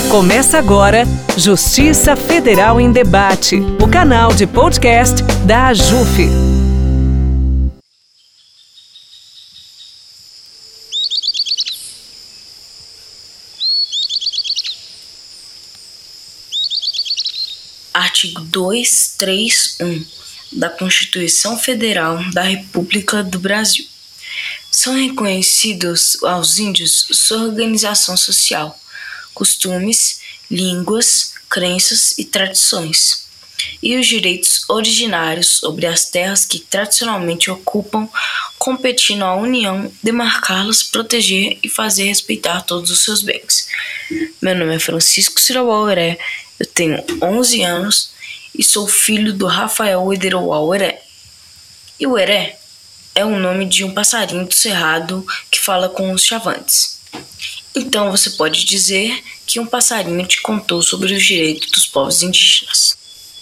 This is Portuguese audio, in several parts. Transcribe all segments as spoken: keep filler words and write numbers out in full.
Começa agora Justiça Federal em Debate, o canal de podcast da AJUF. Artigo duzentos e trinta e um da Constituição Federal da República do Brasil. São reconhecidos aos índios sua organização social, costumes, línguas, crenças e tradições, e os direitos originários sobre as terras que tradicionalmente ocupam, competindo à União demarcá-las, proteger e fazer respeitar todos os seus bens. Meu nome é Francisco Siroal Ueré, eu tenho onze anos e sou filho do Rafael Ederoal Ueré. E o Ueré é o nome de um passarinho do cerrado que fala com os chavantes. Então você pode dizer que um passarinho te contou sobre os direitos dos povos indígenas.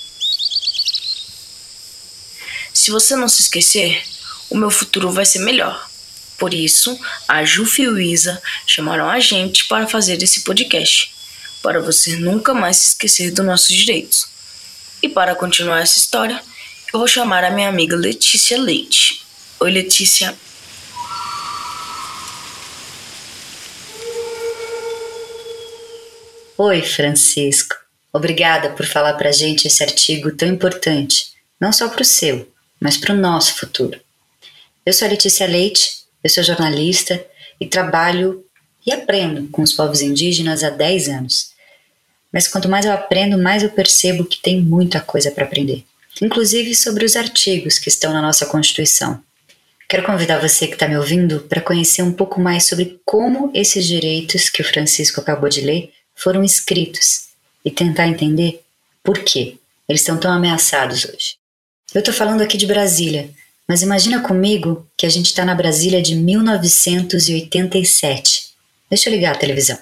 Se você não se esquecer, o meu futuro vai ser melhor. Por isso, a AJUF e o ISA chamaram a gente para fazer esse podcast, para você nunca mais se esquecer dos nossos direitos. E para continuar essa história, eu vou chamar a minha amiga Letícia Leite. Oi, Letícia. Oi, Francisco. Obrigada por falar pra gente esse artigo tão importante, não só pro seu, mas pro nosso futuro. Eu sou a Letícia Leite, eu sou jornalista e trabalho e aprendo com os povos indígenas há dez anos. Mas quanto mais eu aprendo, mais eu percebo que tem muita coisa para aprender, inclusive sobre os artigos que estão na nossa Constituição. Quero convidar você que está me ouvindo para conhecer um pouco mais sobre como esses direitos que o Francisco acabou de ler foram escritos e tentar entender por que eles estão tão ameaçados hoje. Eu estou falando aqui de Brasília, mas imagina comigo que a gente está na Brasília de mil novecentos e oitenta e sete. Deixa eu ligar a televisão.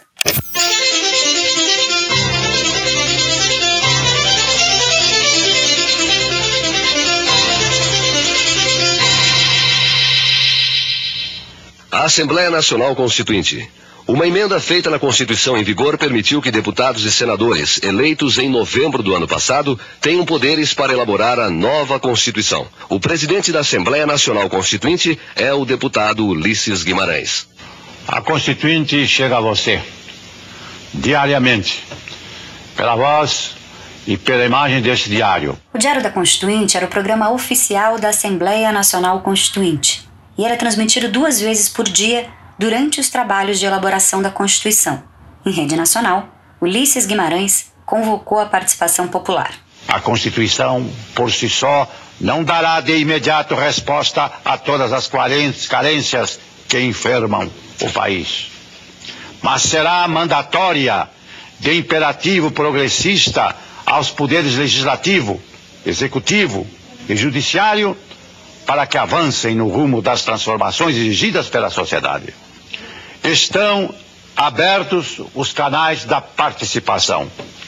A Assembleia Nacional Constituinte. Uma emenda feita na Constituição em vigor permitiu que deputados e senadores eleitos em novembro do ano passado tenham poderes para elaborar a nova Constituição. O presidente da Assembleia Nacional Constituinte é o deputado Ulisses Guimarães. A Constituinte chega a você, diariamente, pela voz e pela imagem deste diário. O Diário da Constituinte era o programa oficial da Assembleia Nacional Constituinte e era transmitido duas vezes por dia durante os trabalhos de elaboração da Constituição. Em rede nacional, Ulisses Guimarães convocou a participação popular. A Constituição, por si só, não dará de imediato resposta a todas as carências que enfermam o país, mas será mandatória de imperativo progressista aos poderes legislativo, executivo e judiciário para que avancem no rumo das transformações exigidas pela sociedade. Estão abertos os canais da participação.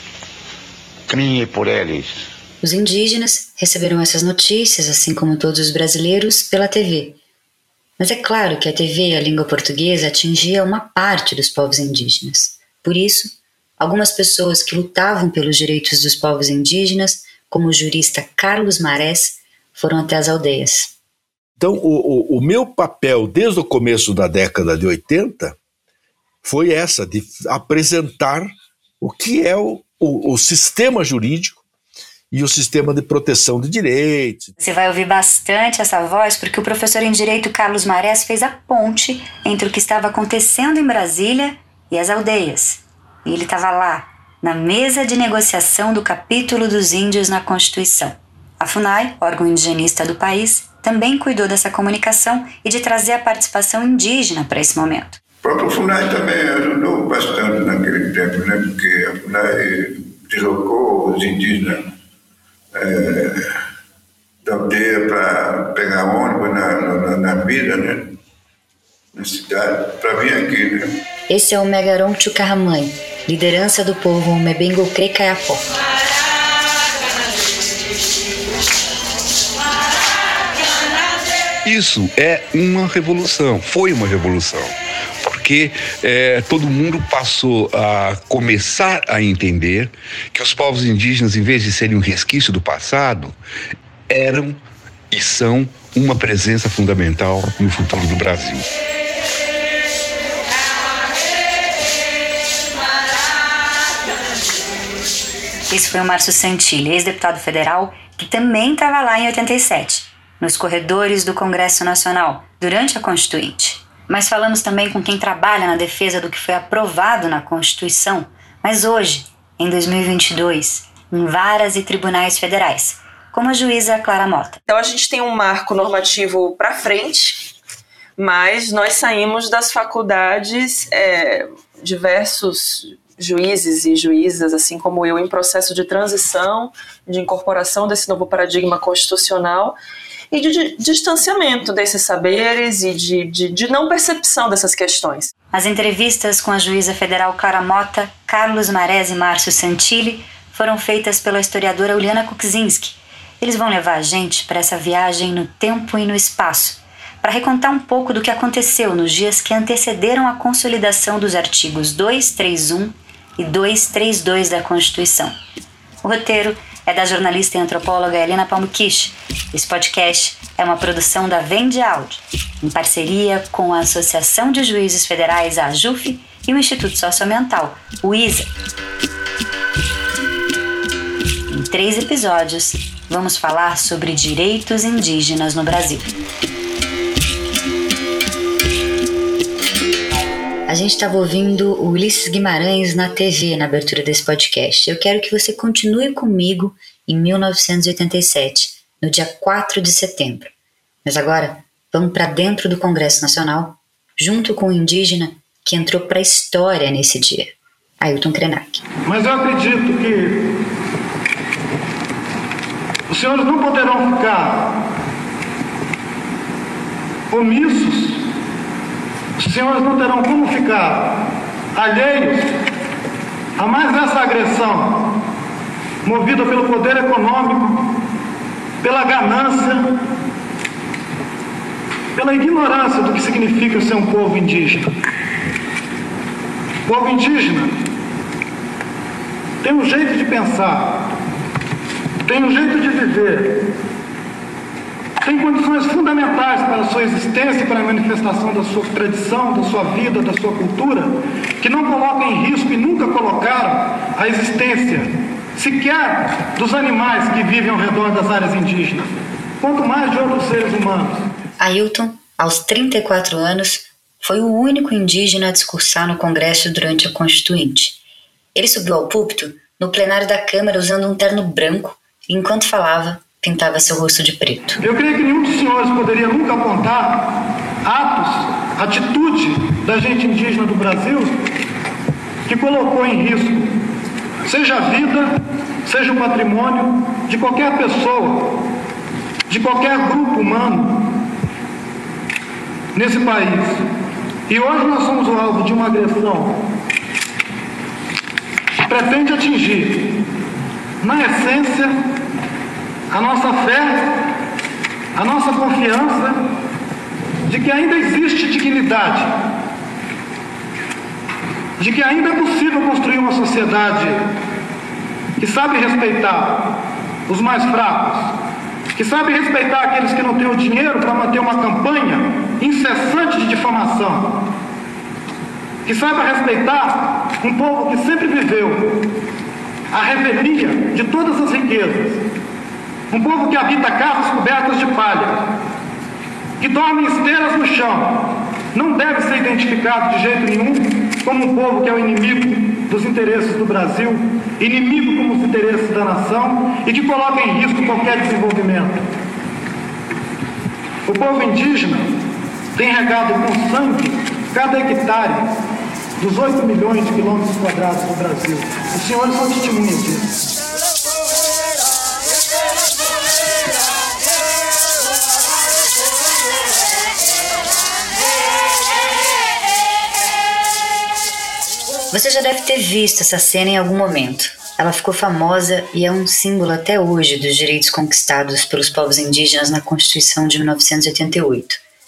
Caminhe por eles. Os indígenas receberam essas notícias, assim como todos os brasileiros, pela T V. Mas é claro que a T V e a língua portuguesa atingia uma parte dos povos indígenas. Por isso, algumas pessoas que lutavam pelos direitos dos povos indígenas, como o jurista Carlos Marés, foram até as aldeias. Então, o, o, o meu papel desde o começo da década de oitenta foi essa, de apresentar o que é o, o, o sistema jurídico e o sistema de proteção de direitos. Você vai ouvir bastante essa voz porque o professor em Direito Carlos Marés fez a ponte entre o que estava acontecendo em Brasília e as aldeias. E ele estava lá, na mesa de negociação do capítulo dos índios na Constituição. A FUNAI, órgão indigenista do país, também cuidou dessa comunicação e de trazer a participação indígena para esse momento. O próprio FUNAI também ajudou bastante naquele tempo, né? Porque a FUNAI deslocou os indígenas é, da aldeia para pegar ônibus na, na, na vida, né? Na cidade, para vir aqui, né? Esse é o Megaron Chucarramãe, liderança do povo Mebengo Crecaiapó. Isso é uma revolução, foi uma revolução. porque é, todo mundo passou a começar a entender que os povos indígenas, em vez de serem um resquício do passado, eram e são uma presença fundamental no futuro do Brasil. Esse foi o Márcio Santilli, ex-deputado federal, que também estava lá em oitenta e sete, nos corredores do Congresso Nacional, durante a Constituinte. Mas falamos também com quem trabalha na defesa do que foi aprovado na Constituição, mas hoje, em dois mil e vinte e dois, em varas e tribunais federais, como a juíza Clara Mota. Então a gente tem um marco normativo para frente, mas nós saímos das faculdades, é, diversos juízes e juízas, assim como eu, em processo de transição, de incorporação desse novo paradigma constitucional e de, de distanciamento desses saberes e de, de, de não percepção dessas questões. As entrevistas com a juíza federal Clara Mota, Carlos Marés e Márcio Santilli foram feitas pela historiadora Uliana Kukzinski. Eles vão levar a gente para essa viagem no tempo e no espaço, para recontar um pouco do que aconteceu nos dias que antecederam a consolidação dos artigos duzentos e trinta e um e duzentos e trinta e dois da Constituição. O roteiro é da jornalista e antropóloga Helena Palmukich. Esse podcast é uma produção da Vende Áudio, em parceria com a Associação de Juízes Federais, a AJUF, e o Instituto Socioambiental, o I S A. Em três episódios, vamos falar sobre direitos indígenas no Brasil. A gente estava ouvindo o Ulisses Guimarães na T V na abertura desse podcast. Eu quero que você continue comigo em mil novecentos e oitenta e sete, no dia quatro de setembro. Mas agora, vamos para dentro do Congresso Nacional, junto com o indígena que entrou para a história nesse dia, Ailton Krenak. Mas eu acredito que os senhores não poderão ficar omissos. Os senhores não terão como ficar alheios a mais essa agressão movida pelo poder econômico, pela ganância, pela ignorância do que significa ser um povo indígena. O povo indígena tem um jeito de pensar, tem um jeito de viver, tem condições fundamentais para a sua existência e para a manifestação da sua tradição, da sua vida, da sua cultura, que não colocam em risco e nunca colocaram a existência sequer dos animais que vivem ao redor das áreas indígenas, quanto mais de outros seres humanos. Ailton, aos trinta e quatro anos, foi o único indígena a discursar no Congresso durante a Constituinte. Ele subiu ao púlpito no plenário da Câmara usando um terno branco e, enquanto falava, pintava seu rosto de preto. Eu creio que nenhum dos senhores poderia nunca apontar atos, atitude da gente indígena do Brasil que colocou em risco, seja a vida, seja o patrimônio de qualquer pessoa, de qualquer grupo humano nesse país. E hoje nós somos o alvo de uma agressão que pretende atingir, na essência, a nossa fé, a nossa confiança de que ainda existe dignidade, de que ainda é possível construir uma sociedade que sabe respeitar os mais fracos, que sabe respeitar aqueles que não têm o dinheiro para manter uma campanha incessante de difamação, que saiba respeitar um povo que sempre viveu a revelia de todas as riquezas, um povo que habita casas cobertas de palha, que dorme em esteiras no chão, não deve ser identificado de jeito nenhum como um povo que é o inimigo dos interesses do Brasil, inimigo como os interesses da nação e que coloca em risco qualquer desenvolvimento. O povo indígena tem regado com sangue cada hectare dos oito milhões de quilômetros quadrados do Brasil. Os senhores são testemunhas disso. Você já deve ter visto essa cena em algum momento. Ela ficou famosa e é um símbolo até hoje dos direitos conquistados pelos povos indígenas na Constituição de mil novecentos e oitenta e oito.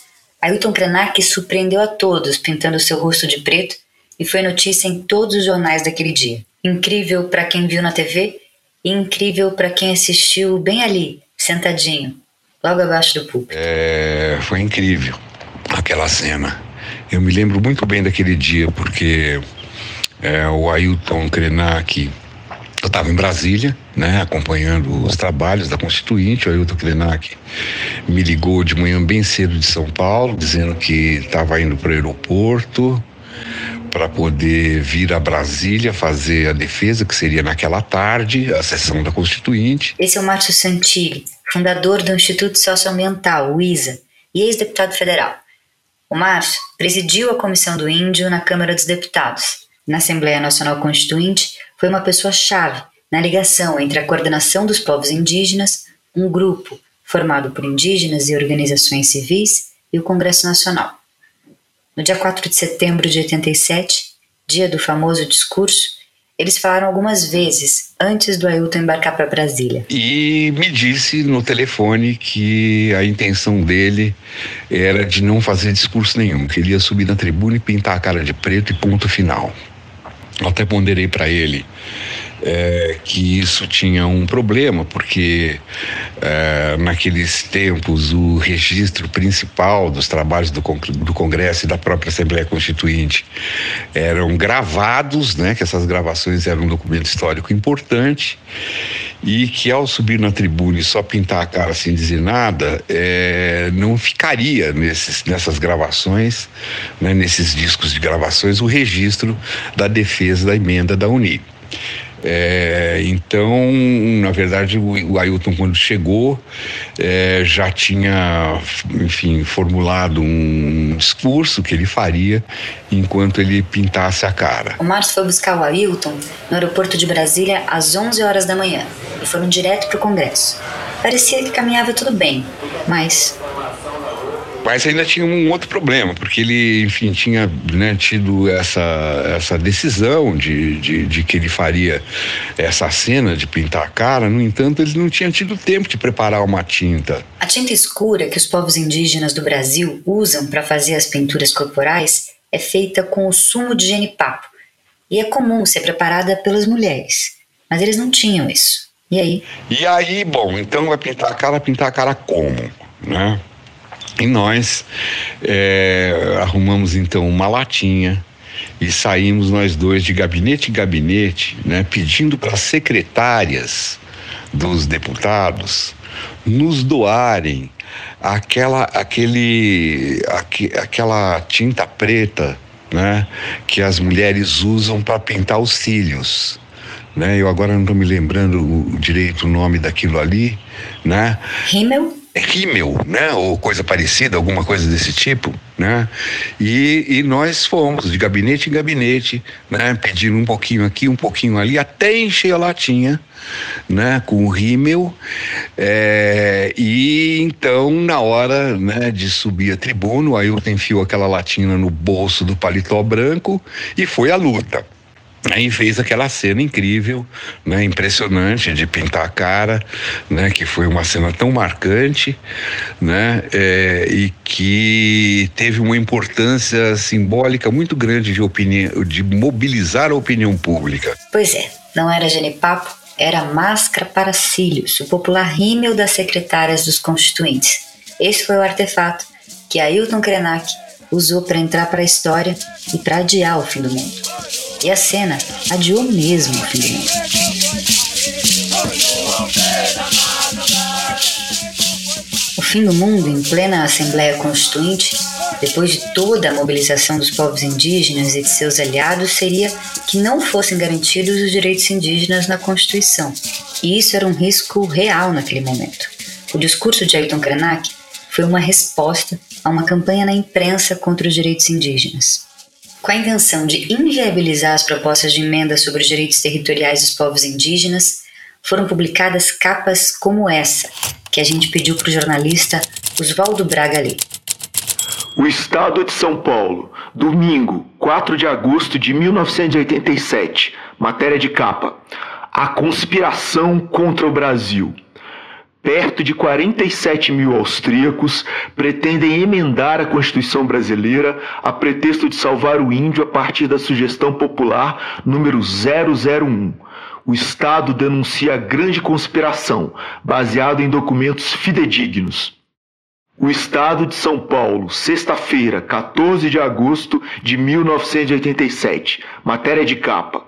Ailton Krenak surpreendeu a todos pintando seu rosto de preto e foi notícia em todos os jornais daquele dia. Incrível para quem viu na T V e incrível para quem assistiu bem ali, sentadinho, logo abaixo do púlpito. É, foi incrível aquela cena. Eu me lembro muito bem daquele dia porque é, o Ailton Krenak, eu estava em Brasília, né, acompanhando os trabalhos da Constituinte. O Ailton Krenak me ligou de manhã bem cedo de São Paulo, dizendo que estava indo para o aeroporto para poder vir a Brasília fazer a defesa, que seria naquela tarde, a sessão da Constituinte. Esse é o Márcio Santilli, fundador do Instituto Socioambiental, o ISA, e ex-deputado federal. O Márcio presidiu a Comissão do Índio na Câmara dos Deputados. Na Assembleia Nacional Constituinte, foi uma pessoa-chave na ligação entre a coordenação dos povos indígenas, um grupo formado por indígenas e organizações civis, e o Congresso Nacional. No dia quatro de setembro de oitenta e sete, dia do famoso discurso, eles falaram algumas vezes antes do Ailton embarcar para Brasília. E me disse no telefone que a intenção dele era de não fazer discurso nenhum, que ele ia subir na tribuna e pintar a cara de preto e ponto final. Eu até ponderei para ele é, que isso tinha um problema, porque é, naqueles tempos o registro principal dos trabalhos do, do Congresso e da própria Assembleia Constituinte eram gravados, né, que essas gravações eram um documento histórico importante, e que ao subir na tribuna e só pintar a cara sem dizer nada, é, não ficaria nesses, nessas gravações, né, nesses discos de gravações, o registro da defesa da emenda da U N I. É, então, na verdade, o, o Ailton, quando chegou, é, já tinha, enfim, formulado um discurso que ele faria enquanto ele pintasse a cara. O Márcio foi buscar o Ailton no aeroporto de Brasília às onze horas da manhã e foram direto para o Congresso. Parecia que caminhava tudo bem, mas... Mas ainda tinha um outro problema, porque ele, enfim, tinha, né, tido essa, essa decisão de, de, de que ele faria essa cena de pintar a cara. No entanto, ele não tinha tido tempo de preparar uma tinta. A tinta escura que os povos indígenas do Brasil usam para fazer as pinturas corporais é feita com o sumo de jenipapo e é comum ser preparada pelas mulheres, mas eles não tinham isso. E aí? E aí, bom, então vai pintar a cara, pintar a cara como, né? E nós é, arrumamos então uma latinha e saímos nós dois de gabinete em gabinete, né, pedindo para as secretárias dos deputados nos doarem aquela, aquele, aqu, aquela tinta preta, né, que as mulheres usam para pintar os cílios. Né? Eu agora não estou me lembrando o, direito o nome daquilo ali, né? Rímel? Rímel, né? Ou coisa parecida, alguma coisa desse tipo, né? E, e nós fomos de gabinete em gabinete, né? Pedindo um pouquinho aqui, um pouquinho ali, até encher a latinha, né? Com o rímel. É, e então, na hora, né, de subir a tribuna, o Ailton enfiou aquela latinha no bolso do paletó branco e foi à luta. Aí fez aquela cena incrível, né, impressionante de pintar a cara, né, que foi uma cena tão marcante, né, é, e que teve uma importância simbólica muito grande de, opinião, de mobilizar a opinião pública. Pois é, não era genipapo, era máscara para cílios, o popular rímel das secretárias dos constituintes. Esse foi o artefato que Ailton Krenak usou para entrar para a história e para adiar o fim do mundo. E a cena adiou mesmo o fim do mundo. O fim do mundo em plena Assembleia Constituinte, depois de toda a mobilização dos povos indígenas e de seus aliados, seria que não fossem garantidos os direitos indígenas na Constituição. E isso era um risco real naquele momento. O discurso de Ailton Krenak foi uma resposta a uma campanha na imprensa contra os direitos indígenas. Com a intenção de inviabilizar as propostas de emenda sobre os direitos territoriais dos povos indígenas, foram publicadas capas como essa, que a gente pediu para o jornalista Oswaldo Braga ler. O Estado de São Paulo, domingo, quatro de agosto de mil novecentos e oitenta e sete, matéria de capa: A conspiração contra o Brasil. perto de quarenta e sete mil austríacos pretendem emendar a Constituição brasileira a pretexto de salvar o índio a partir da sugestão popular número zero zero um. O Estado denuncia a grande conspiração, baseado em documentos fidedignos. O Estado de São Paulo, sexta-feira, quatorze de agosto de mil novecentos e oitenta e sete. Matéria de capa.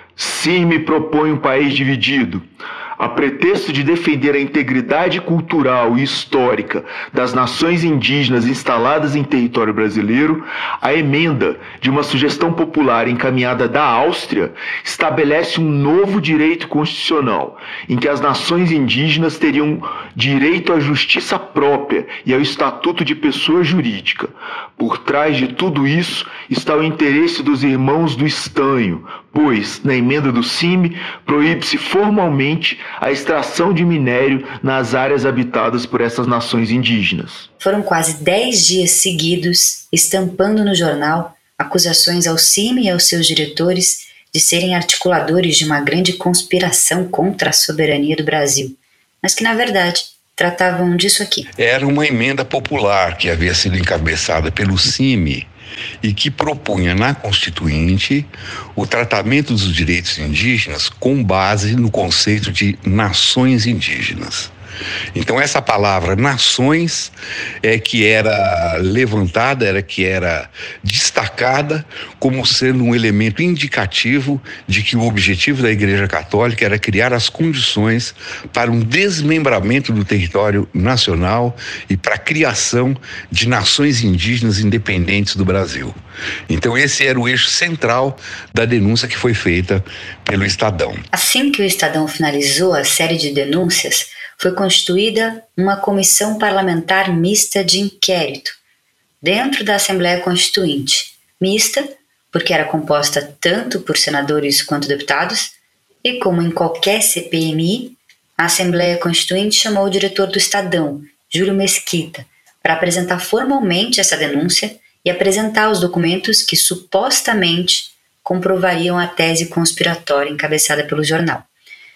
C I M propõe um país dividido. A pretexto de defender a integridade cultural e histórica das nações indígenas instaladas em território brasileiro, a emenda de uma sugestão popular encaminhada da Áustria estabelece um novo direito constitucional, em que as nações indígenas teriam direito à justiça própria e ao estatuto de pessoa jurídica. Por trás de tudo isso está o interesse dos irmãos do estanho, pois, na emenda do C I M, proíbe-se formalmente a extração de minério nas áreas habitadas por essas nações indígenas. Foram quase dez dias seguidos estampando no jornal acusações ao C I M e aos seus diretores de serem articuladores de uma grande conspiração contra a soberania do Brasil, mas que, na verdade, tratavam disso aqui. Era uma emenda popular que havia sido encabeçada pelo C I M e que propunha na Constituinte o tratamento dos direitos indígenas com base no conceito de nações indígenas. Então essa palavra nações é que era levantada, era que era destacada como sendo um elemento indicativo de que o objetivo da Igreja Católica era criar as condições para um desmembramento do território nacional e para a criação de nações indígenas independentes do Brasil. Então esse era o eixo central da denúncia que foi feita pelo Estadão. Assim que o Estadão finalizou a série de denúncias, foi constituída uma comissão parlamentar mista de inquérito dentro da Assembleia Constituinte. Mista, porque era composta tanto por senadores quanto deputados, e como em qualquer C P M I, a Assembleia Constituinte chamou o diretor do Estadão, Júlio Mesquita, para apresentar formalmente essa denúncia e apresentar os documentos que supostamente comprovariam a tese conspiratória encabeçada pelo jornal.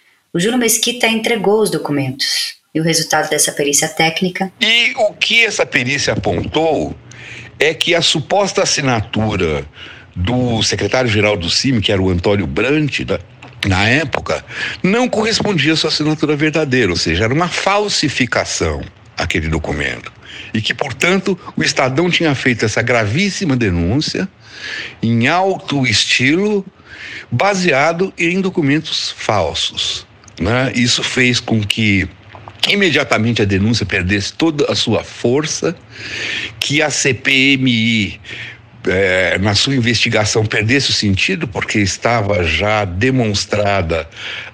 O Júlio Mesquita entregou os documentos e o resultado dessa perícia técnica. E o que essa perícia apontou é que a suposta assinatura do secretário-geral do C I M, que era o Antônio Brant, da, na época, não correspondia à sua assinatura verdadeira, ou seja, era uma falsificação aquele documento. E que, portanto, o Estadão tinha feito essa gravíssima denúncia em alto estilo, baseado em documentos falsos. Né? Isso fez com que imediatamente a denúncia perdesse toda a sua força, que a C P M I, é, na sua investigação, perdesse o sentido, porque estava já demonstrada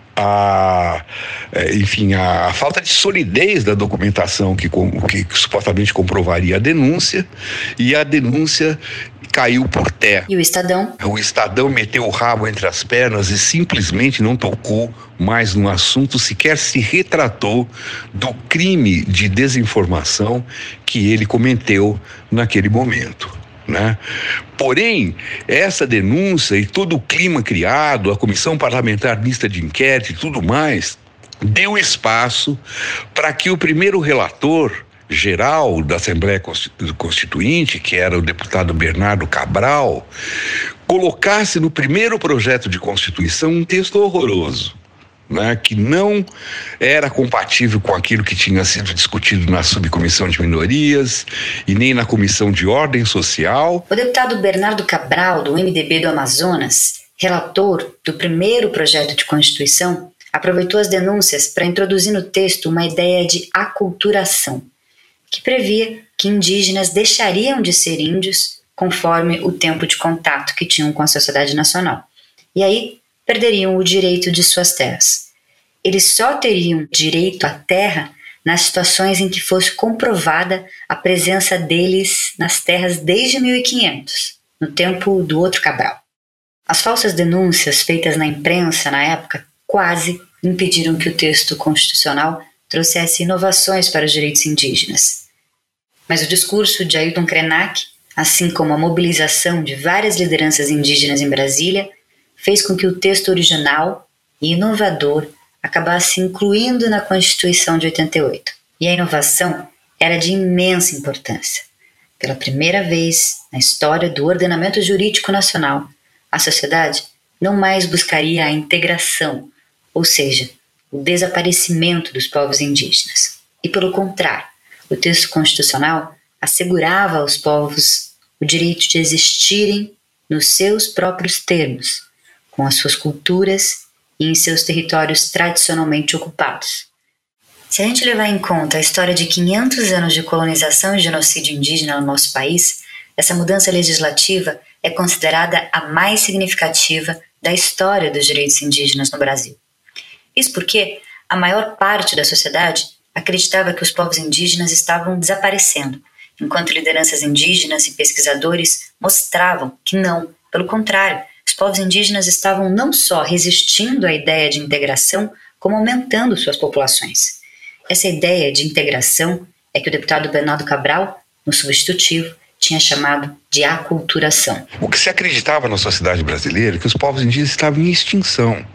a, enfim, a, a falta de solidez da documentação que, que, que supostamente comprovaria a denúncia, e a denúncia caiu por terra. E o Estadão? O Estadão meteu o rabo entre as pernas e simplesmente não tocou mais no assunto, sequer se retratou do crime de desinformação que ele cometeu naquele momento. Né? Porém, essa denúncia e todo o clima criado, a comissão parlamentar mista de inquérito e tudo mais, deu espaço para que o primeiro relator geral da Assembleia Constituinte, que era o deputado Bernardo Cabral, colocasse no primeiro projeto de Constituição um texto horroroso, né, que não era compatível com aquilo que tinha sido discutido na subcomissão de minorias e nem na comissão de ordem social. O deputado Bernardo Cabral, do M D B do Amazonas, relator do primeiro projeto de Constituição, aproveitou as denúncias para introduzir no texto uma ideia de aculturação, que previa que indígenas deixariam de ser índios conforme o tempo de contato que tinham com a sociedade nacional. E aí perderiam o direito de suas terras. Eles só teriam direito à terra nas situações em que fosse comprovada a presença deles nas terras desde mil e quinhentos, no tempo do outro Cabral. As falsas denúncias feitas na imprensa na época quase impediram que o texto constitucional trouxesse inovações para os direitos indígenas. Mas o discurso de Ailton Krenak, assim como a mobilização de várias lideranças indígenas em Brasília, fez com que o texto original e inovador acabasse incluindo na Constituição de oitenta e oito. E a inovação era de imensa importância. Pela primeira vez na história do ordenamento jurídico nacional, a sociedade não mais buscaria a integração, ou seja, o desaparecimento dos povos indígenas. E, pelo contrário, o texto constitucional assegurava aos povos o direito de existirem nos seus próprios termos, com as suas culturas e em seus territórios tradicionalmente ocupados. Se a gente levar em conta a história de quinhentos anos de colonização e genocídio indígena no nosso país, essa mudança legislativa é considerada a mais significativa da história dos direitos indígenas no Brasil. Isso porque a maior parte da sociedade acreditava que os povos indígenas estavam desaparecendo, enquanto lideranças indígenas e pesquisadores mostravam que não, pelo contrário, os povos indígenas estavam não só resistindo à ideia de integração, como aumentando suas populações. Essa ideia de integração é que o deputado Bernardo Cabral, no substitutivo, tinha chamado de aculturação. O que se acreditava na sociedade brasileira é que os povos indígenas estavam em extinção.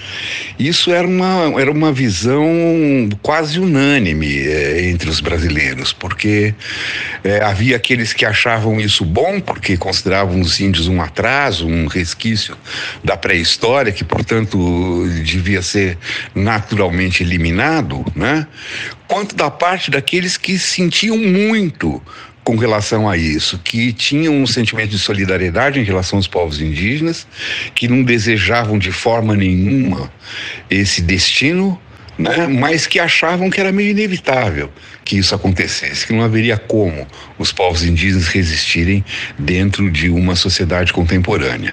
Isso era uma, era uma visão quase unânime é, entre os brasileiros, porque é, havia aqueles que achavam isso bom, porque consideravam os índios um atraso, um resquício da pré-história, que, portanto, devia ser naturalmente eliminado, né? Quanto da parte daqueles que sentiam muito com relação a isso, que tinham um sentimento de solidariedade em relação aos povos indígenas, que não desejavam de forma nenhuma esse destino, né, mas que achavam que era meio inevitável que isso acontecesse, que não haveria como os povos indígenas resistirem dentro de uma sociedade contemporânea.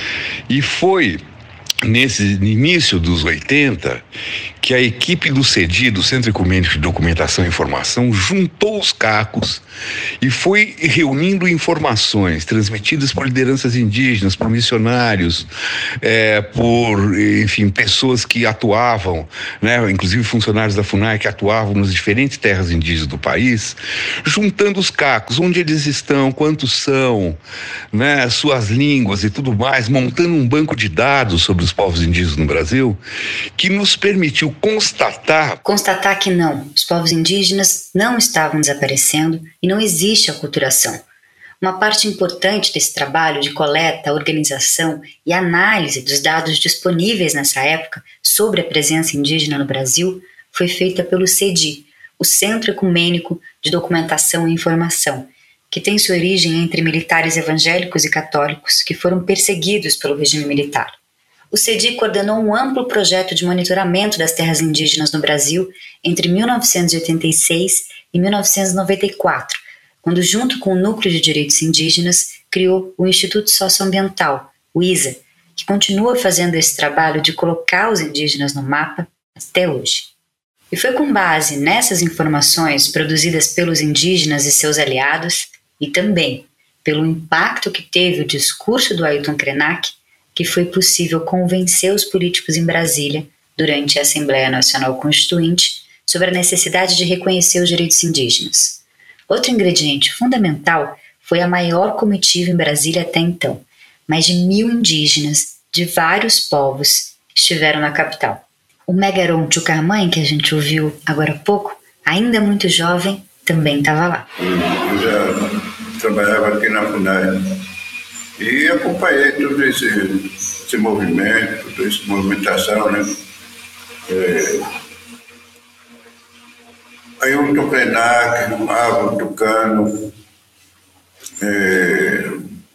E foi nesse início dos oitenta, que a equipe do CEDI, do Centro Ecumênico de Documentação e Informação, juntou os cacos e foi reunindo informações transmitidas por lideranças indígenas, por missionários, é, por, enfim, pessoas que atuavam, né, inclusive funcionários da FUNAI que atuavam nas diferentes terras indígenas do país, juntando os cacos, onde eles estão, quantos são, né, suas línguas e tudo mais, montando um banco de dados sobre os povos indígenas no Brasil, que nos permitiu constatar... Constatar que não, os povos indígenas não estavam desaparecendo e não existe aculturação. Uma parte importante desse trabalho de coleta, organização e análise dos dados disponíveis nessa época sobre a presença indígena no Brasil foi feita pelo CEDI, o Centro Ecumênico de Documentação e Informação, que tem sua origem entre militares evangélicos e católicos que foram perseguidos pelo regime militar. O CEDI coordenou um amplo projeto de monitoramento das terras indígenas no Brasil entre mil novecentos e oitenta e seis e mil novecentos e noventa e quatro, quando, junto com o Núcleo de Direitos Indígenas, criou o Instituto Socioambiental, o I S A, que continua fazendo esse trabalho de colocar os indígenas no mapa até hoje. E foi com base nessas informações produzidas pelos indígenas e seus aliados, e também pelo impacto que teve o discurso do Ailton Krenak, que foi possível convencer os políticos em Brasília, durante a Assembleia Nacional Constituinte, sobre a necessidade de reconhecer os direitos indígenas. Outro ingrediente fundamental foi a maior comitiva em Brasília até então. Mais de mil indígenas de vários povos estiveram na capital. O Megaron Tchucarmãe, que a gente ouviu agora há pouco, ainda muito jovem, também estava lá. Eu já trabalhava aqui na FUNAI e acompanhei todo esse, esse movimento, toda essa movimentação, né? É, Ailton Krenak, Ávaro Tucano, é,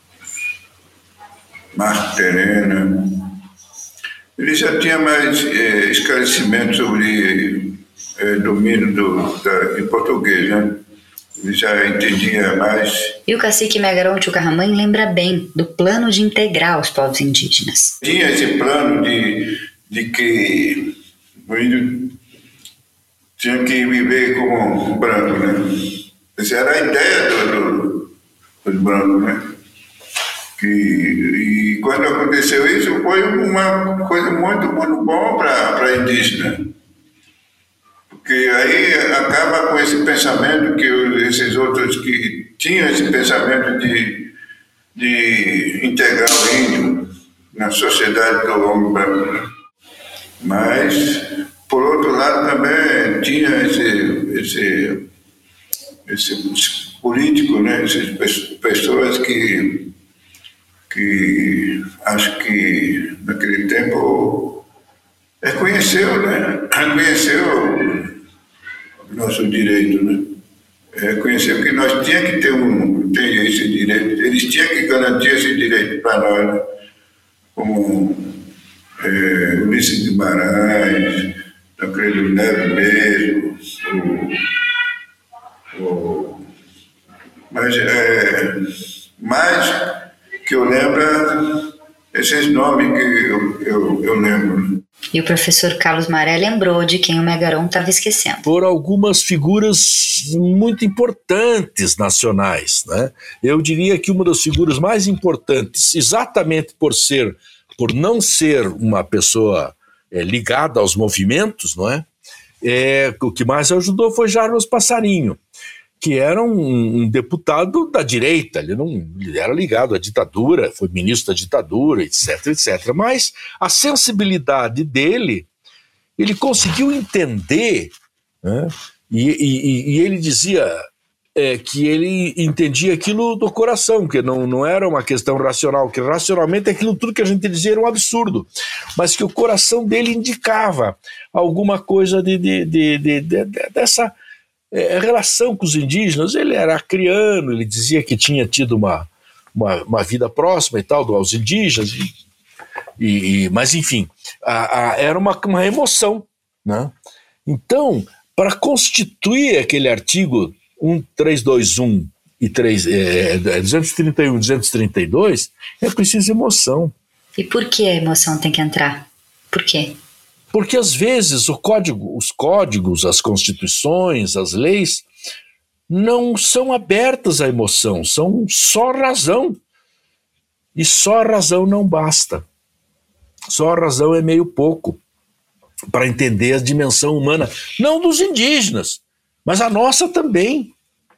Marco Terena. Ele já tinha mais é, esclarecimento sobre é, domínio do, da, em português, né? Ele já entendia mais. E o cacique Megaron Tchucarmãe lembra bem do plano de integrar os povos indígenas. Tinha esse plano de, de que o índio tinha que viver como um branco, né? Essa era a ideia do, do, dos brancos, né? Que, e quando aconteceu isso, foi uma coisa muito, muito bom para a indígena. Porque aí acaba com esse pensamento que esses outros que tinham esse pensamento de, de integrar o índio na sociedade do homem branco, né? Mas tinha esse, esse, esse político, né? Essas pessoas que, que acho que naquele tempo reconheceu, né? Reconheceu o nosso direito, né? Reconheceu que nós tínhamos que ter um, ter esse direito, eles tinham que garantir esse direito para nós, né? Como é, Ulisses de Guimarães, Tancredo Neves mesmo, o, o, mas, é, mais que eu lembro, esses nomes que eu, eu, eu lembro. E o professor Carlos Maré lembrou de quem o Megaron estava esquecendo. Por algumas figuras muito importantes nacionais, né? Eu diria que uma das figuras mais importantes, exatamente por ser, por não ser uma pessoa é, ligada aos movimentos, não é? É, o que mais ajudou foi Jarbas Passarinho, que era um, um deputado da direita, ele não ele era ligado à ditadura, foi ministro da ditadura, etc, etcétera. Mas a sensibilidade dele, ele conseguiu entender, né? e, e, e ele dizia é, que ele entendia aquilo do coração, que não, não era uma questão racional, que racionalmente aquilo tudo que a gente dizia era um absurdo, mas que o coração dele indicava alguma coisa de, de, de, de, de, de, dessa... É, a relação com os indígenas. Ele era acriano, ele dizia que tinha tido uma, uma, uma vida próxima e tal aos indígenas, e, e, mas enfim, a, a, era uma, uma emoção, né? Então, para constituir aquele artigo trezentos e vinte e um e três, é, duzentos e trinta e um e duzentos e trinta e dois, é preciso emoção. E por que a emoção tem que entrar? Por quê? Porque às vezes o código, os códigos, as constituições, as leis não são abertas à emoção, são só razão. E só a razão não basta. Só a razão é meio pouco para entender a dimensão humana, não dos indígenas, mas a nossa também.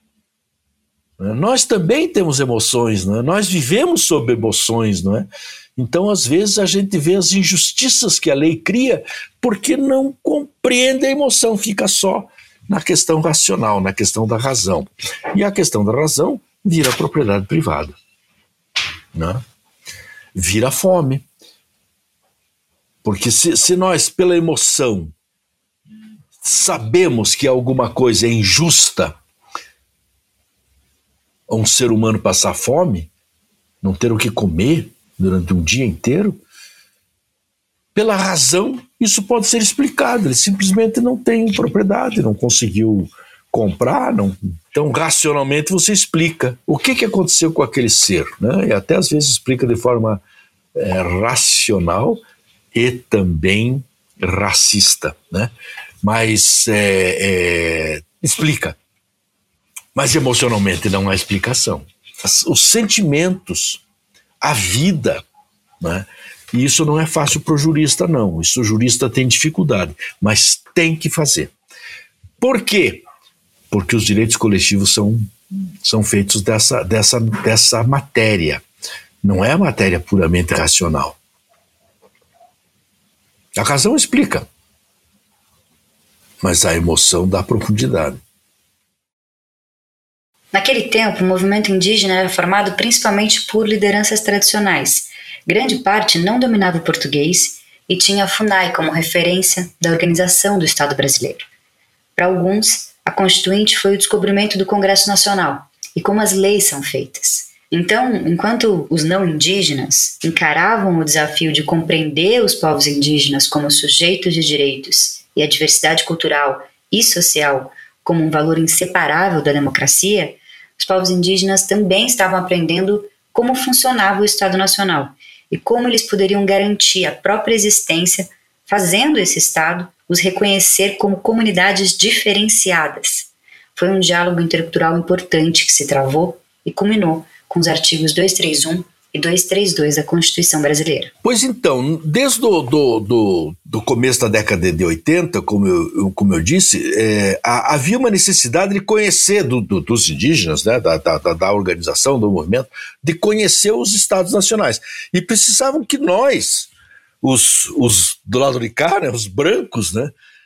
Nós também temos emoções, não é? Nós vivemos sob emoções, não é? Então, às vezes, a gente vê as injustiças que a lei cria porque não compreende a emoção, fica só na questão racional, na questão da razão. E a questão da razão vira propriedade privada, né? Vira fome. Porque se, se nós, pela emoção, sabemos que alguma coisa é injusta, a um ser humano passar fome, não ter o que comer durante um dia inteiro, pela razão, isso pode ser explicado. Ele simplesmente não tem propriedade, não conseguiu comprar, não. Então, racionalmente, você explica o que, que aconteceu com aquele ser, né? E até às vezes explica de forma é, racional e também racista, né? Mas é, é, explica. Mas emocionalmente não há explicação. Os sentimentos, a vida, né? E isso não é fácil para o jurista, não. Isso o jurista tem dificuldade, mas tem que fazer. Por quê? Porque os direitos coletivos são, são feitos dessa, dessa, dessa matéria. Não é a matéria puramente racional. A razão explica, mas a emoção dá profundidade. Naquele tempo, o movimento indígena era formado principalmente por lideranças tradicionais. Grande parte não dominava o português e tinha a FUNAI como referência da organização do Estado brasileiro. Para alguns, a Constituinte foi o descobrimento do Congresso Nacional e como as leis são feitas. Então, enquanto os não indígenas encaravam o desafio de compreender os povos indígenas como sujeitos de direitos e a diversidade cultural e social como um valor inseparável da democracia, os povos indígenas também estavam aprendendo como funcionava o Estado Nacional e como eles poderiam garantir a própria existência, fazendo esse Estado os reconhecer como comunidades diferenciadas. Foi um diálogo intercultural importante que se travou e culminou com os artigos duzentos e trinta e um e duzentos e trinta e dois da Constituição Brasileira. Pois então, desde o do, do, do começo da década de oitenta, como eu, como eu disse, é, havia uma necessidade de conhecer do, do, dos indígenas, né, da, da, da organização, do movimento, de conhecer os estados nacionais. E precisavam que nós, os, os do lado de cá, né, os brancos, né,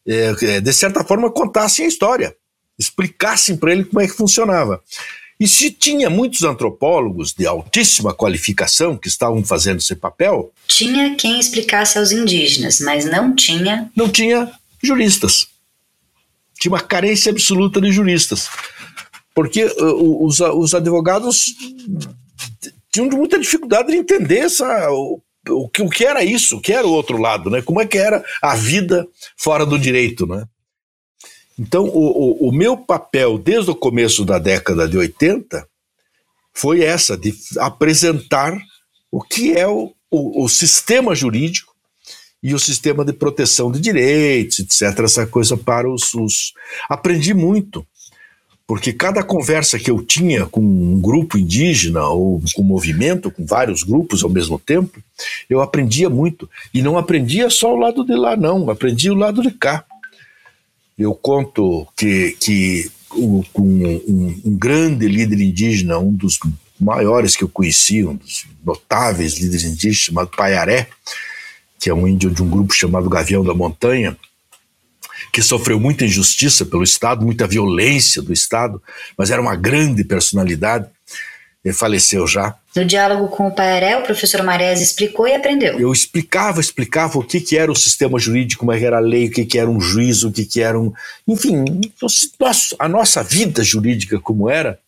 é, de certa forma, contassem a história, explicassem para ele como é que funcionava. E se tinha muitos antropólogos de altíssima qualificação que estavam fazendo esse papel... Tinha quem explicasse aos indígenas, mas não tinha... Não tinha juristas. Tinha uma carência absoluta de juristas. Porque uh, os, os advogados tinham muita dificuldade de entender essa, o, o, o que era isso, o que era o outro lado, né? Como é que era a vida fora do direito, né? Então, o, o, o meu papel desde o começo da década de oitenta foi essa, de apresentar o que é o, o, o sistema jurídico e o sistema de proteção de direitos, etcétera, essa coisa para os, os... Aprendi muito, porque cada conversa que eu tinha com um grupo indígena ou com um movimento, com vários grupos ao mesmo tempo, eu aprendia muito. E não aprendia só o lado de lá, não, aprendia o lado de cá. Eu conto que, que um, um, um grande líder indígena, um dos maiores que eu conheci, um dos notáveis líderes indígenas, chamado Paiaré, que é um índio de um grupo chamado Gavião da Montanha, que sofreu muita injustiça pelo Estado, muita violência do Estado, mas era uma grande personalidade. Ele faleceu já. No diálogo com o Paiaré, o professor Marés explicou e aprendeu. Eu explicava, explicava o que, que era o sistema jurídico, como é que era a lei, o que, que era um juízo, o que, que era um... Enfim, a nossa vida jurídica como era.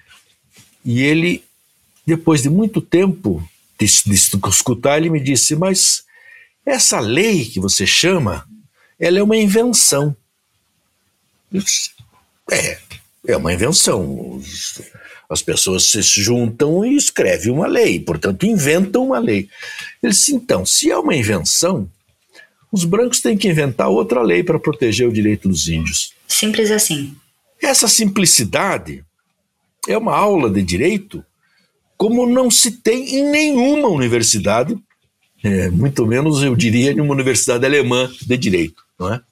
E ele, depois de muito tempo de, de escutar, ele me disse, mas essa lei que você chama, ela é uma invenção. Eu disse, é, é uma invenção. As pessoas se juntam e escrevem uma lei, portanto inventam uma lei. Ele disse, então, se é uma invenção, os brancos têm que inventar outra lei para proteger o direito dos índios. Simples assim. Essa simplicidade é uma aula de direito como não se tem em nenhuma universidade, é, muito menos eu diria em uma universidade alemã de direito, não é?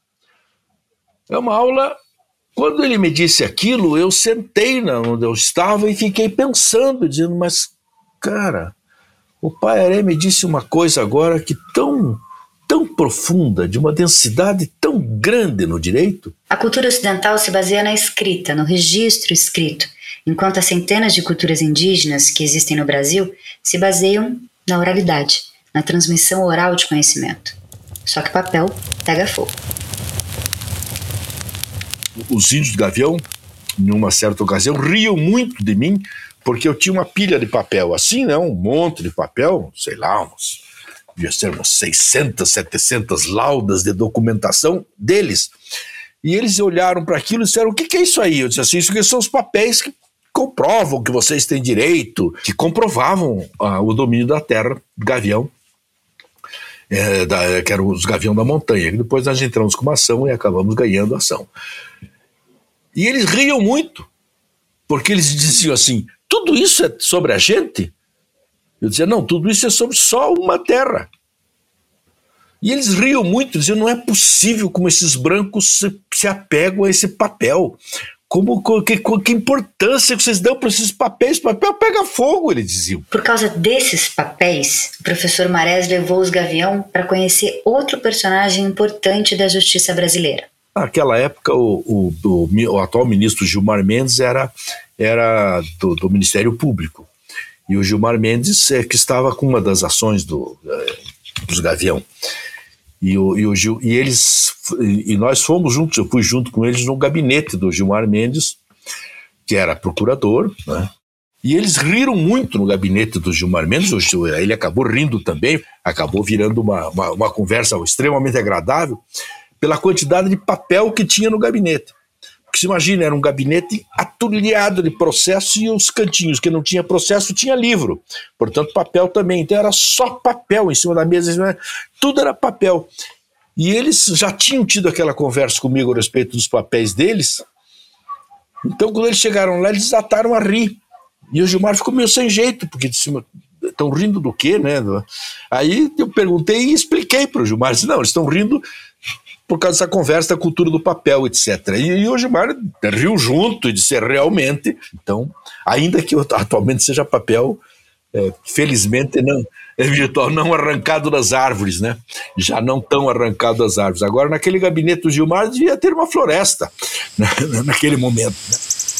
É uma aula... Quando ele me disse aquilo, eu sentei onde eu estava e fiquei pensando, dizendo, mas, cara, o Paiaré me disse uma coisa agora que tão, tão profunda, de uma densidade tão grande no direito. A cultura ocidental se baseia na escrita, no registro escrito, enquanto as centenas de culturas indígenas que existem no Brasil se baseiam na oralidade, na transmissão oral de conhecimento. Só que papel pega fogo. Os índios do Gavião, numa certa ocasião, riam muito de mim, porque eu tinha uma pilha de papel, assim, né, um monte de papel, sei lá, uns, devia ser umas seiscentas, setecentas laudas de documentação deles. E eles olharam para aquilo e disseram, o que, que é isso aí? Eu disse assim, isso aqui são os papéis que comprovam que vocês têm direito, que comprovavam ah, o domínio da terra, Gavião, é, da, que eram os Gavião da Montanha. Depois nós entramos com uma ação e acabamos ganhando a ação. E eles riam muito, porque eles diziam assim, tudo isso é sobre a gente? Eu dizia, não, tudo isso é sobre só uma terra. E eles riam muito, diziam, não é possível como esses brancos se, se apegam a esse papel. Como, que, que importância que vocês dão para esses papéis? O papel pega fogo, eles diziam. Por causa desses papéis, o professor Marés levou os Gavião para conhecer outro personagem importante da justiça brasileira. Naquela época, o, o, o, o atual ministro Gilmar Mendes era, era do, do Ministério Público. E o Gilmar Mendes é que estava com uma das ações do, é, dos Gavião. E, o, e, o Gil, e, eles, e nós fomos juntos, eu fui junto com eles no gabinete do Gilmar Mendes, que era procurador, né? E eles riram muito no gabinete do Gilmar Mendes, ele acabou rindo também, acabou virando uma, uma, uma conversa extremamente agradável, pela quantidade de papel que tinha no gabinete. Porque se imagina, era um gabinete atulhado de processo e os cantinhos que não tinha processo tinha livro. Portanto, papel também. Então era só papel em cima da mesa, tudo era papel. E eles já tinham tido aquela conversa comigo a respeito dos papéis deles. Então, quando eles chegaram lá, eles desataram a rir. E o Gilmar ficou meio sem jeito, porque disse, estão rindo do quê, né? Aí eu perguntei e expliquei para o Gilmar. Disse, não, eles estão rindo por causa dessa conversa da cultura do papel, etcétera. E, e o Gilmar riu junto e disse, realmente, então, ainda que atualmente seja papel, é, felizmente não, virtual, não arrancado das árvores, né? Já não tão arrancado das árvores. Agora, naquele gabinete do Gilmar, devia ter uma floresta, né? Naquele momento, né?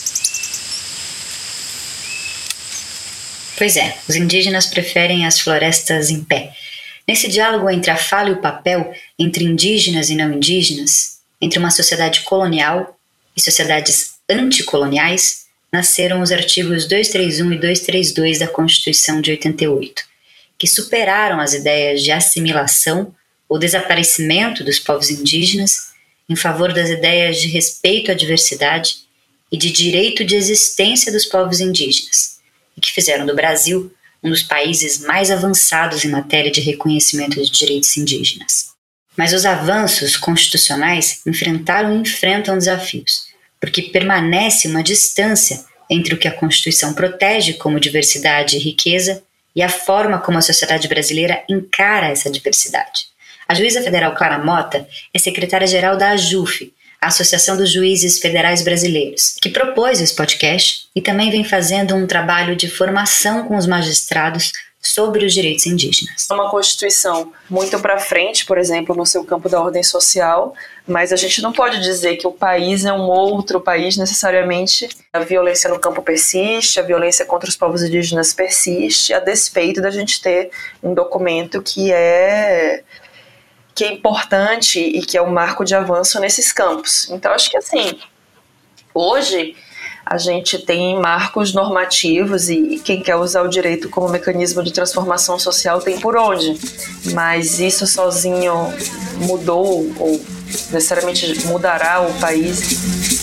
Pois é, os indígenas preferem as florestas em pé. Nesse diálogo entre a fala e o papel, entre indígenas e não indígenas, entre uma sociedade colonial e sociedades anticoloniais, nasceram os artigos duzentos e trinta e um e duzentos e trinta e dois da Constituição de oitenta e oito, que superaram as ideias de assimilação ou desaparecimento dos povos indígenas em favor das ideias de respeito à diversidade e de direito de existência dos povos indígenas, e que fizeram do Brasil um dos países mais avançados em matéria de reconhecimento de direitos indígenas. Mas os avanços constitucionais enfrentaram e enfrentam desafios, porque permanece uma distância entre o que a Constituição protege como diversidade e riqueza e a forma como a sociedade brasileira encara essa diversidade. A juíza federal Clara Mota é secretária-geral da AJUF, a Associação dos Juízes Federais Brasileiros, que propôs esse podcast e também vem fazendo um trabalho de formação com os magistrados sobre os direitos indígenas. É uma Constituição muito para frente, por exemplo, no seu campo da ordem social, mas a gente não pode dizer que o país é um outro país necessariamente. A violência no campo persiste, a violência contra os povos indígenas persiste, a despeito da gente ter um documento que é... que é importante e que é um marco de avanço nesses campos. Então, acho que assim, hoje a gente tem marcos normativos e quem quer usar o direito como mecanismo de transformação social tem por onde, mas isso sozinho mudou ou necessariamente mudará o país.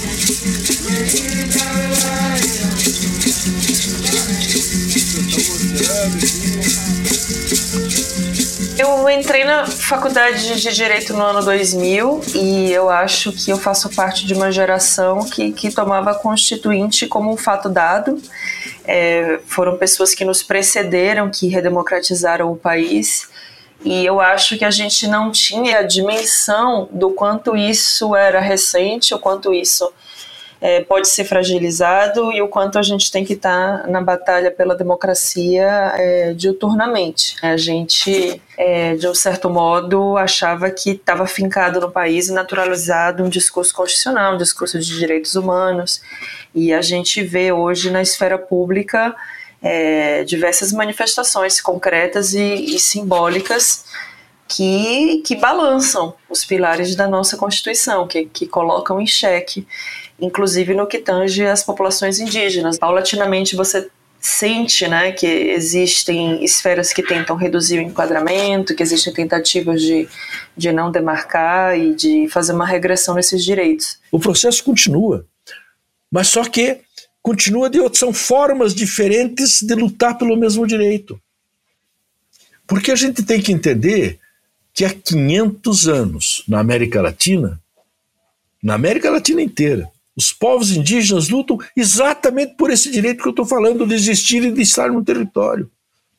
Eu entrei na faculdade de Direito no ano dois mil e eu acho que eu faço parte de uma geração que, que tomava a Constituinte como um fato dado. É, foram pessoas que nos precederam, que redemocratizaram o país, e eu acho que a gente não tinha a dimensão do quanto isso era recente, o quanto isso É, pode ser fragilizado e o quanto a gente tem que estar na batalha pela democracia é, diuturnamente. A gente, é, de um certo modo, achava que estava fincado no país e naturalizado um discurso constitucional, um discurso de direitos humanos, e a gente vê hoje na esfera pública é, diversas manifestações concretas e, e simbólicas que, que balançam os pilares da nossa Constituição, que, que colocam em xeque, inclusive no que tange as populações indígenas. Paulatinamente você sente, né, que existem esferas que tentam reduzir o enquadramento, que existem tentativas de, de não demarcar e de fazer uma regressão nesses direitos. O processo continua, mas só que continua de outras, são formas diferentes de lutar pelo mesmo direito. Porque a gente tem que entender que há quinhentos anos na América Latina, na América Latina inteira, os povos indígenas lutam exatamente por esse direito que eu estou falando, de existir e de estar no território.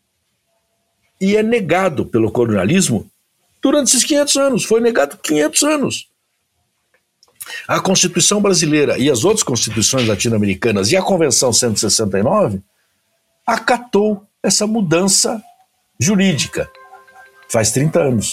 E é negado pelo colonialismo durante esses quinhentos anos, foi negado quinhentos anos. A Constituição brasileira e as outras constituições latino-americanas e a Convenção cento e sessenta e nove acatou essa mudança jurídica. Faz trinta anos.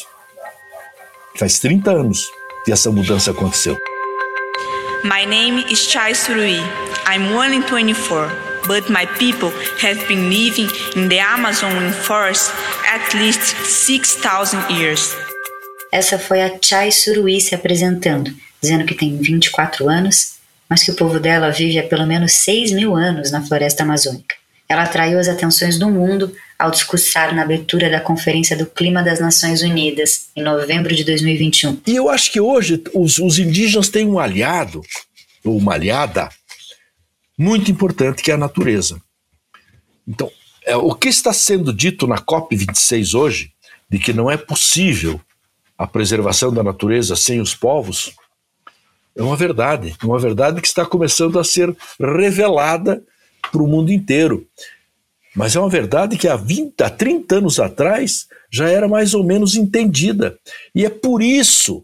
Faz trinta anos que essa mudança aconteceu. My name is Chai Surui. I'm one in twenty-four, but my people have been living in the Amazon rainforest at least six thousand years. Essa foi a Chai Surui se apresentando, dizendo que tem vinte e quatro anos, mas que o povo dela vive há pelo menos seis mil anos na floresta amazônica. Ela atraiu as atenções do mundo ao discursar na abertura da Conferência do Clima das Nações Unidas, em novembro de dois mil e vinte e um. E eu acho que hoje os, os indígenas têm um aliado, ou uma aliada, muito importante, que é a natureza. Então, é, o que está sendo dito na COP vinte e seis hoje, de que não é possível a preservação da natureza sem os povos, é uma verdade, uma verdade que está começando a ser revelada para o mundo inteiro. Mas é uma verdade que há vinte, há trinta anos atrás já era mais ou menos entendida. E é por isso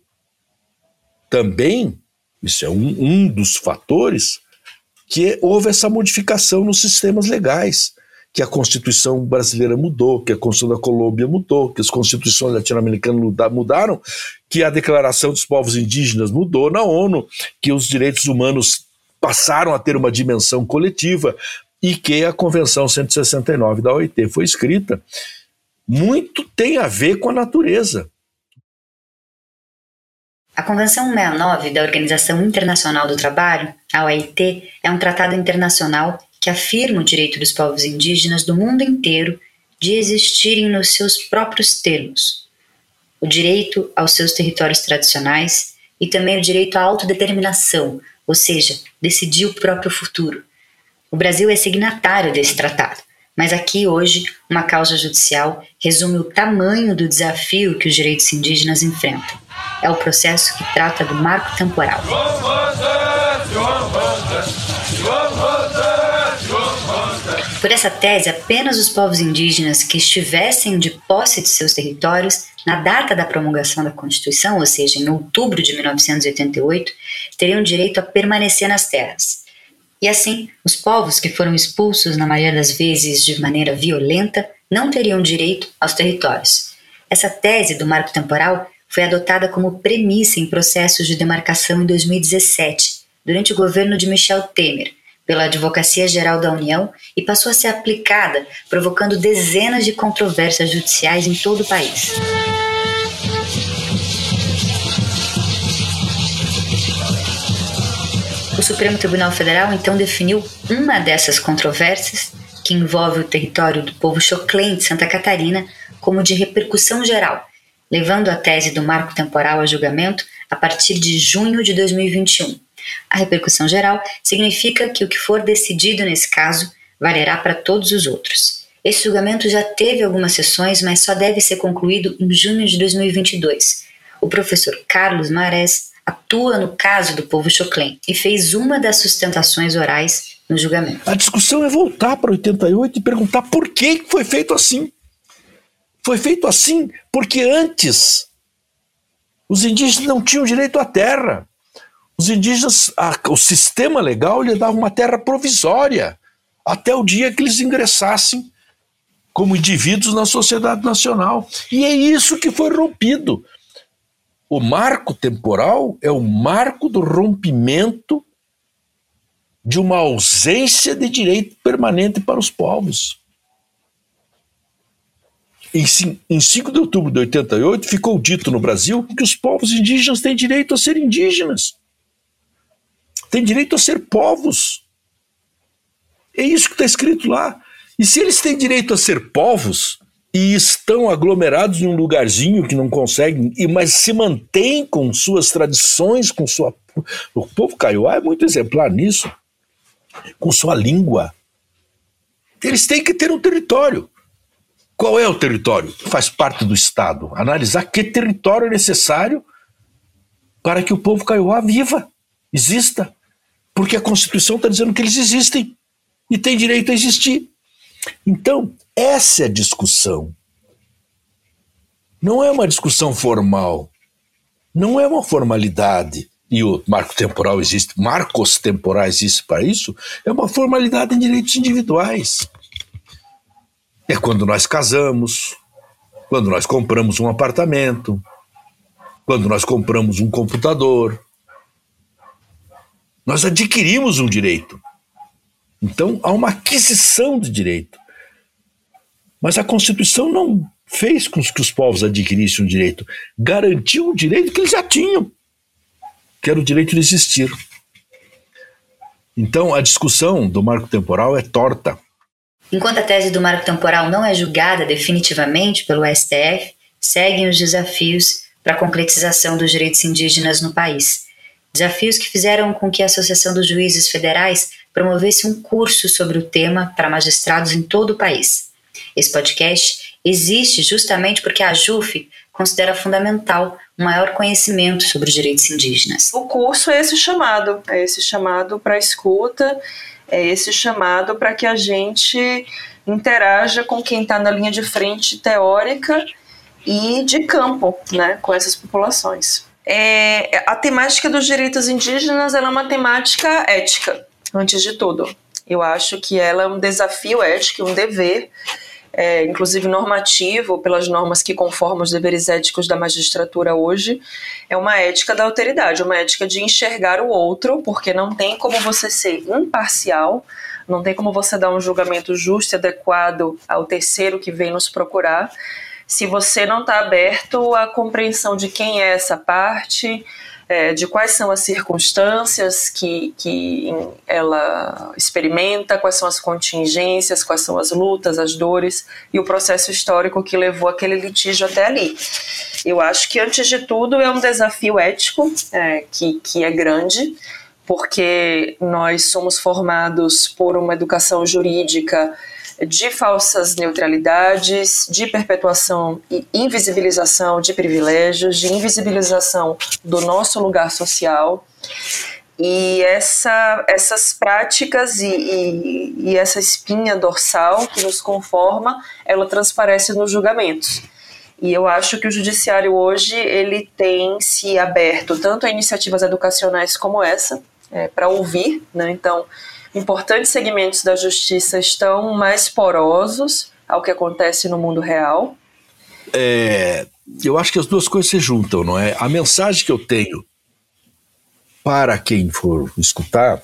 também, isso é um, um dos fatores, que houve essa modificação nos sistemas legais, que a Constituição brasileira mudou, que a Constituição da Colômbia mudou, que as constituições latino-americanas mudaram, que a Declaração dos Povos Indígenas mudou na ONU, que os direitos humanos passaram a ter uma dimensão coletiva e que a Convenção cento e sessenta e nove da O I T foi escrita. Muito tem a ver com a natureza. A Convenção cento e sessenta e nove da Organização Internacional do Trabalho, a O I T, é um tratado internacional que afirma o direito dos povos indígenas do mundo inteiro de existirem nos seus próprios termos, o direito aos seus territórios tradicionais e também o direito à autodeterminação, ou seja, decidir o próprio futuro. O Brasil é signatário desse tratado, mas aqui hoje uma causa judicial resume o tamanho do desafio que os direitos indígenas enfrentam. É o processo que trata do marco temporal. Por essa tese, apenas os povos indígenas que estivessem de posse de seus territórios na data da promulgação da Constituição, ou seja, em outubro de mil novecentos e oitenta e oito, teriam direito a permanecer nas terras. E assim, os povos que foram expulsos, na maioria das vezes de maneira violenta, não teriam direito aos territórios. Essa tese do marco temporal foi adotada como premissa em processos de demarcação em dois mil e dezessete, durante o governo de Michel Temer, pela Advocacia Geral da União, e passou a ser aplicada, provocando dezenas de controvérsias judiciais em todo o país. O Supremo Tribunal Federal então definiu uma dessas controvérsias, que envolve o território do povo Xoclen de Santa Catarina, como de repercussão geral, levando a tese do marco temporal a julgamento a partir de junho de dois mil e vinte e um. A repercussão geral significa que o que for decidido nesse caso valerá para todos os outros. Esse julgamento já teve algumas sessões, mas só deve ser concluído em junho de dois mil e vinte e dois. O professor Carlos Marés atua no caso do povo Xoclen e fez uma das sustentações orais no julgamento. A discussão é voltar para oitenta e oito e perguntar por que foi feito assim. Foi feito assim porque antes os indígenas não tinham direito à terra. Os indígenas, a, o sistema legal lhe dava uma terra provisória até o dia que eles ingressassem como indivíduos na sociedade nacional. E é isso que foi rompido. O marco temporal é o marco do rompimento de uma ausência de direito permanente para os povos. Em, em cinco de outubro de oitenta e oito ficou dito no Brasil que os povos indígenas têm direito a ser indígenas. Têm direito a ser povos. É isso que está escrito lá. E se eles têm direito a ser povos e estão aglomerados em um lugarzinho que não conseguem, mas se mantêm com suas tradições, com sua... O povo Kaiowá é muito exemplar nisso. Com sua língua. Eles têm que ter um território. Qual é o território? Faz parte do Estado. Analisar que território é necessário para que o povo Kaiowá viva, exista. Porque a Constituição está dizendo que eles existem e têm direito a existir. Então, essa é a discussão. Não é uma discussão formal. Não é uma formalidade. E o marco temporal existe, marcos temporais existem para isso. É uma formalidade em direitos individuais. É quando nós casamos, quando nós compramos um apartamento, quando nós compramos um computador. Nós adquirimos um direito. Então, há uma aquisição de direito. Mas a Constituição não fez com que os povos adquirissem um direito. Garantiu um direito que eles já tinham, que era o direito de existir. Então, a discussão do marco temporal é torta. Enquanto a tese do marco temporal não é julgada definitivamente pelo S T F, seguem os desafios para a concretização dos direitos indígenas no país. Desafios que fizeram com que a Associação dos Juízes Federais promovesse um curso sobre o tema para magistrados em todo o país. Esse podcast existe justamente porque a AJUF considera fundamental um maior conhecimento sobre os direitos indígenas. O curso é esse chamado, é esse chamado para escuta, é esse chamado para que a gente interaja com quem está na linha de frente teórica e de campo, né, com essas populações. É, a temática dos direitos indígenas ela é uma temática ética, antes de tudo. Eu acho que ela é um desafio ético, um dever, é, inclusive normativo, pelas normas que conformam os deveres éticos da magistratura hoje, é uma ética da alteridade, uma ética de enxergar o outro, porque não tem como você ser imparcial, não tem como você dar um julgamento justo e adequado ao terceiro que vem nos procurar, se você não está aberto à compreensão de quem é essa parte, é, de quais são as circunstâncias que, que ela experimenta, quais são as contingências, quais são as lutas, as dores e o processo histórico que levou aquele litígio até ali. Eu acho que, antes de tudo, é um desafio ético é, que, que é grande, porque nós somos formados por uma educação jurídica de falsas neutralidades, de perpetuação e invisibilização de privilégios, de invisibilização do nosso lugar social. E essa, essas práticas e, e, e essa espinha dorsal que nos conforma, ela transparece nos julgamentos. E eu acho que o judiciário hoje ele tem se aberto tanto a iniciativas educacionais como essa, é, para ouvir, né? Então, importantes segmentos da justiça estão mais porosos ao que acontece no mundo real. É, eu acho que as duas coisas se juntam, não é? A mensagem que eu tenho para quem for escutar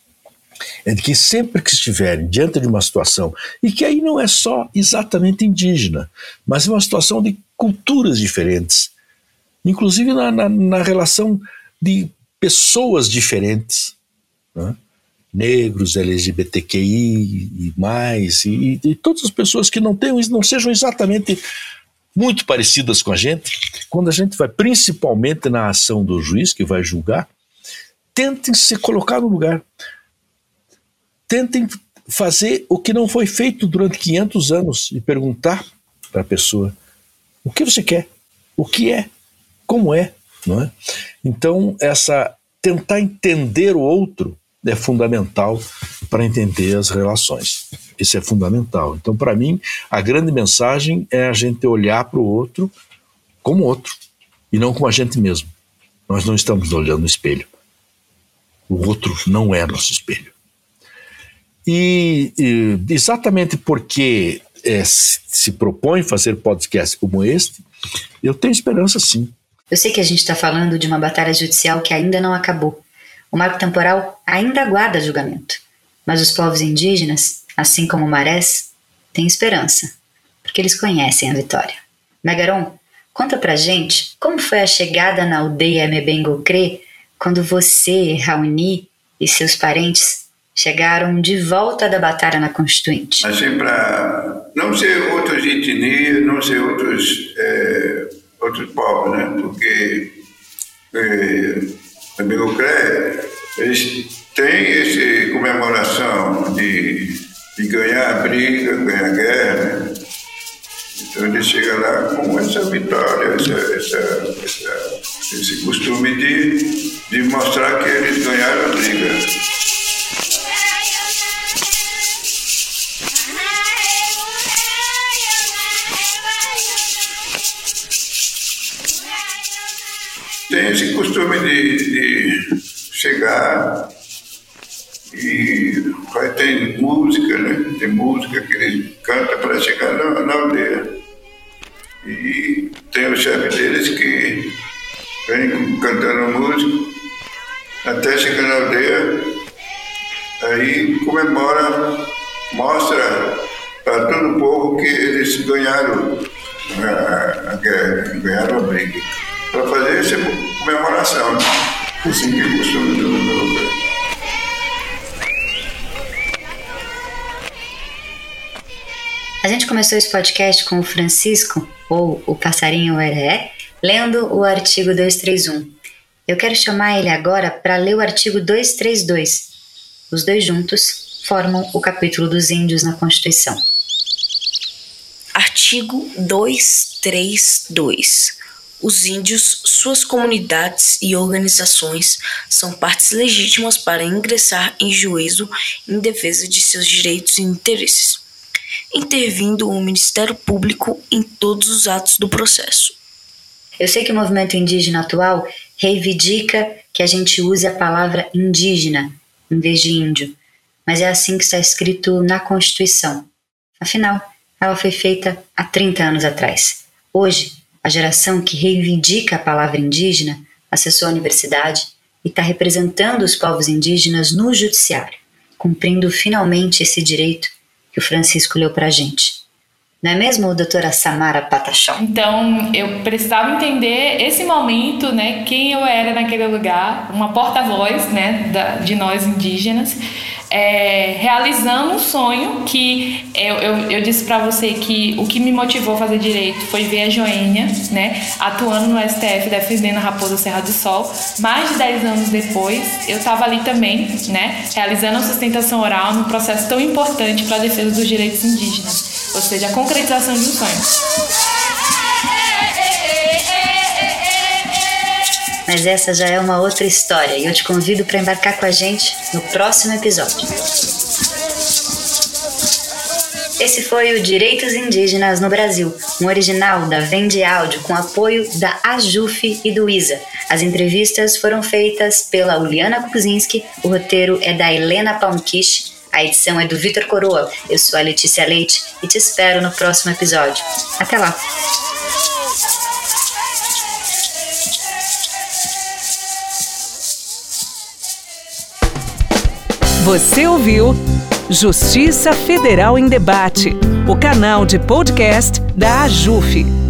é de que sempre que estiverem diante de uma situação, e que aí não é só exatamente indígena, mas é uma situação de culturas diferentes, inclusive na, na, na relação de pessoas diferentes, né? Negros, L G B T Q I e mais, e, e todas as pessoas que não, tenham, não sejam exatamente muito parecidas com a gente, quando a gente vai, principalmente na ação do juiz que vai julgar, tentem se colocar no lugar, tentem fazer o que não foi feito durante quinhentos anos e perguntar para a pessoa o que você quer, o que é, como é, não é? Então, essa, tentar entender o outro é fundamental para entender as relações. Isso é fundamental. Então, para mim, a grande mensagem é a gente olhar para o outro como outro e não como a gente mesmo. Nós não estamos olhando no espelho. O outro não é nosso espelho. E, e exatamente porque é, se, se propõe fazer podcast como este, eu tenho esperança, sim. Eu sei que a gente está falando de uma batalha judicial que ainda não acabou. O marco temporal ainda aguarda julgamento, mas os povos indígenas, assim como marés, têm esperança, porque eles conhecem a vitória. Megaron, conta pra gente como foi a chegada na aldeia Mebengocré quando você, Raoni e seus parentes chegaram de volta da batalha na Constituinte. Assim, para não ser outras etnias, não ser outros, é, outros povos, né? Porque é, a Mebengocré, eles têm essa comemoração de, de ganhar a briga, ganhar a guerra, né? Então ele chega lá com essa vitória, essa, essa, essa, esse costume de, de mostrar que eles ganharam a briga. Tem esse costume de, de chegar e vai ter música, né? Tem música que ele canta para chegar na, na aldeia. E tem o chefe deles que vem cantando música até chegar na aldeia, aí comemora, mostra para todo o povo que eles ganharam a, a guerra, ganharam a briga. Para fazer essa comemoração, assim que é costume do meu lugar. A gente começou esse podcast com o Francisco, ou o Passarinho Heré, lendo o artigo duzentos e trinta e um. Eu quero chamar ele agora para ler o artigo duzentos e trinta e dois. Os dois juntos formam o capítulo dos índios na Constituição. Artigo duzentos e trinta e dois. Os índios, suas comunidades e organizações são partes legítimas para ingressar em juízo em defesa de seus direitos e interesses, intervindo o Ministério Público em todos os atos do processo. Eu sei que o movimento indígena atual reivindica que a gente use a palavra indígena em vez de índio, mas é assim que está escrito na Constituição. Afinal, ela foi feita há trinta anos atrás. Hoje, a geração que reivindica a palavra indígena acessou a universidade e está representando os povos indígenas no judiciário, cumprindo finalmente esse direito que o Francisco leu para a gente. Não é mesmo, doutora Samara Patachon? Então, eu precisava entender esse momento, né, quem eu era naquele lugar, uma porta-voz, né, da, de nós indígenas, é, realizando um sonho que eu, eu, eu disse para você que o que me motivou a fazer direito foi ver a Joênia, né, atuando no S T F, defendendo a Raposa Serra do Sol. Mais de dez anos depois, eu estava ali também, né, realizando a sustentação oral num processo tão importante para a defesa dos direitos indígenas, ou seja, a concretização de um sonho. Mas essa já é uma outra história e eu te convido para embarcar com a gente no próximo episódio. Esse foi o Direitos Indígenas no Brasil, um original da Vende Áudio com apoio da AJUF e do ISA. As entrevistas foram feitas pela Uliana Kuczynski, o roteiro é da Helena Palmkish, a edição é do Vitor Coroa. Eu sou a Letícia Leite e te espero no próximo episódio. Até lá! Você ouviu Justiça Federal em Debate, o canal de podcast da AJUF.